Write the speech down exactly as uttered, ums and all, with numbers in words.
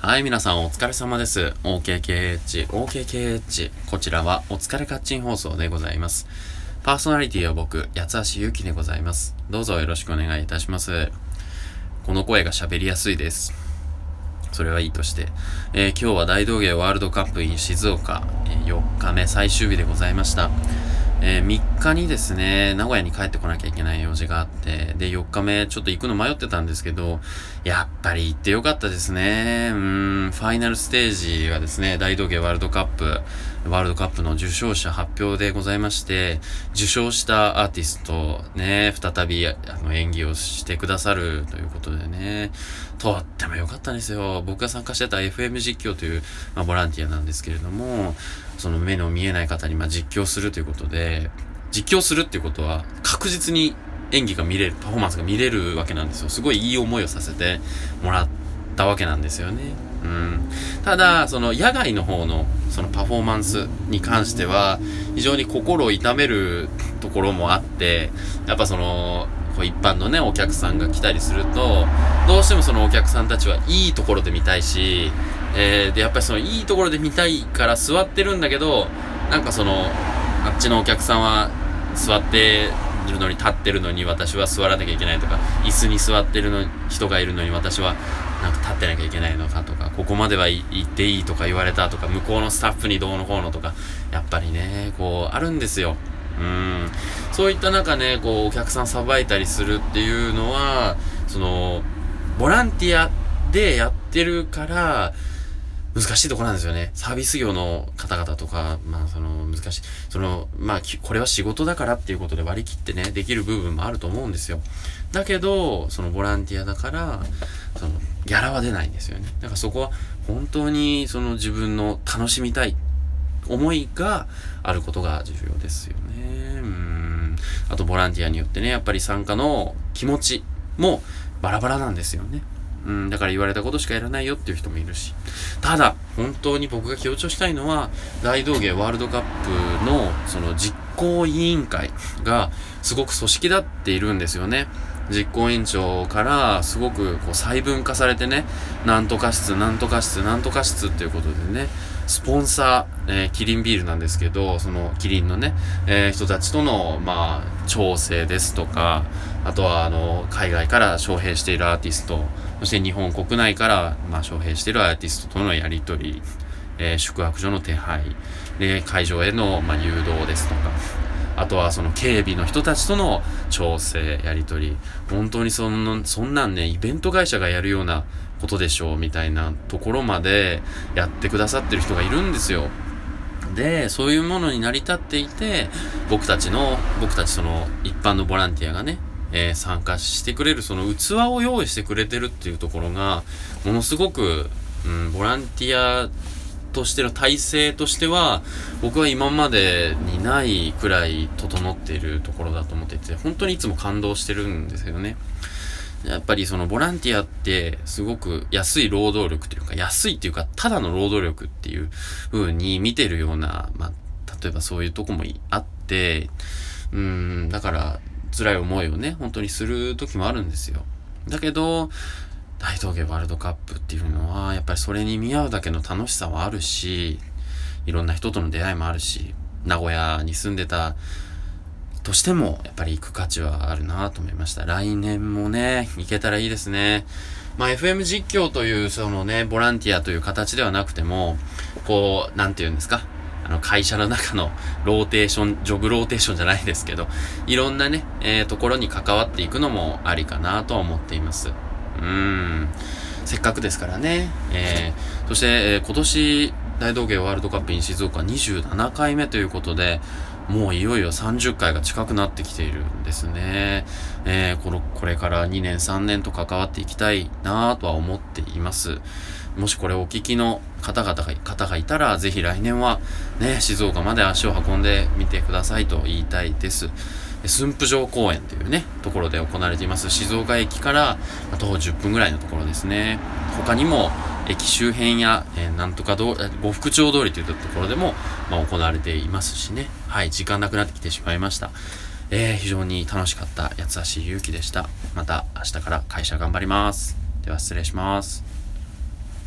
はい、皆さんお疲れ様です。オーケーケーエイチ、オーケーケーエイチ。こちらはお疲れカッチン放送でございます。パーソナリティは僕、八橋ゆうきでございます。どうぞよろしくお願いいたします。この声が喋りやすいです。それはいいとして、えー、今日は大道芸ワールドカップ in 静岡、えー、よっかめ最終日でございました。えー、みっかにですね、名古屋に帰ってこなきゃいけない用事があって、で、よっかめちょっと行くの迷ってたんですけど、やっぱり行ってよかったですね。うーん、ファイナルステージはですね、大道芸ワールドカップ、ワールドカップの受賞者発表でございまして、受賞したアーティストね、再びあの演技をしてくださるということでね、とってもよかったんですよ。僕が参加してた エフエム 実況という、まあ、ボランティアなんですけれども、その目の見えない方にまあ実況するということで、実況するっていうことは確実に演技が見れる、パフォーマンスが見れるわけなんですよ。すごいいい思いをさせてもらったわけなんですよね。うん。ただ、その野外の方のそのパフォーマンスに関しては非常に心を痛めるところもあって、やっぱその一般のねお客さんが来たりすると、どうしてもそのお客さんたちはいいところで見たいし、えー、でやっぱりそのいいところで見たいから座ってるんだけど、なんかそのあっちのお客さんは座ってるのに立ってるのに私は座らなきゃいけないとか、椅子に座ってるの人がいるのに私はなんか立ってなきゃいけないのかとか、ここまでは行っていいとか言われたとか、向こうのスタッフにどうのこうのとか、やっぱりねこうあるんですよ。うん、そういった中ね、こうお客さんさばいたりするっていうのは、そのボランティアでやってるから難しいところなんですよね。サービス業の方々とか、まあその難しい、そのまあこれは仕事だからっていうことで割り切ってねできる部分もあると思うんですよ。だけどそのボランティアだからそのギャラは出ないんですよね。だからそこは本当にその自分の楽しみたい思いがあることが重要ですよね。うん。あとボランティアによってね、やっぱり参加の気持ちもバラバラなんですよね。うん、だから言われたことしかやらないよっていう人もいるし。ただ、本当に僕が強調したいのは、大道芸ワールドカップのその実行委員会がすごく組織立っているんですよね。実行委員長からすごくこう細分化されてね、なんとか室、なんとか室、なんとか室っていうことでね、スポンサー、えー、キリンビールなんですけど、そのキリンのね、えー、人たちとの、まあ、調整ですとか、あとは、あの、海外から招聘しているアーティスト、そして日本国内から、まあ、招聘しているアーティストとのやりとり、えー、宿泊所の手配、で、会場への、まあ、誘導ですとか、あとはその警備の人たちとの調整、やりとり、本当にそんな、そんなんね、イベント会社がやるようなことでしょうみたいなところまでやってくださってる人がいるんですよ。で、そういうものに成り立っていて、僕たちの、僕たちその一般のボランティアがね、えー、参加してくれるその器を用意してくれてるっていうところが、ものすごく、うん、ボランティアとしての体制としては僕は今までにないくらい整っているところだと思っていて、本当にいつも感動してるんですよね。やっぱりそのボランティアってすごく安い労働力というか、安いっていうかただの労働力っていう風に見てるような、まあ例えばそういうとこもあって、うーんだから辛い思いをね本当にする時もあるんですよ。だけど大道芸ワールドカップっていうのはやっぱりそれに見合うだけの楽しさはあるし、いろんな人との出会いもあるし、名古屋に住んでたとしてもやっぱり行く価値はあるなと思いました。来年もね行けたらいいですね。まあ エフエム 実況というそのねボランティアという形ではなくても、こうなんていうんですか、あの会社の中のローテーション、ジョブローテーションじゃないですけど、いろんなね、えー、ところに関わっていくのもありかなとは思っています。うーんせっかくですからね。えー、そして、えー、今年大道芸ワールドカップ in 静岡にじゅうななかいめということで、もういよいよさんじゅっかいが近くなってきているんですね。えー、このこれからにねんさんねんと関わっていきたいなとは思っています。もしこれをお聞きの方々が方がいたら、ぜひ来年はね静岡まで足を運んでみてくださいと言いたいです。駿府城公園というねところで行われています静岡駅から徒歩じゅっぷんぐらいのところですね。他にも駅周辺や、えー、なんとかど呉服町通りというところでも、まあ、行われていますしね。はい、時間なくなってきてしまいました。えー、非常に楽しかった八橋ゆうきでした。また明日から会社頑張ります。では失礼します。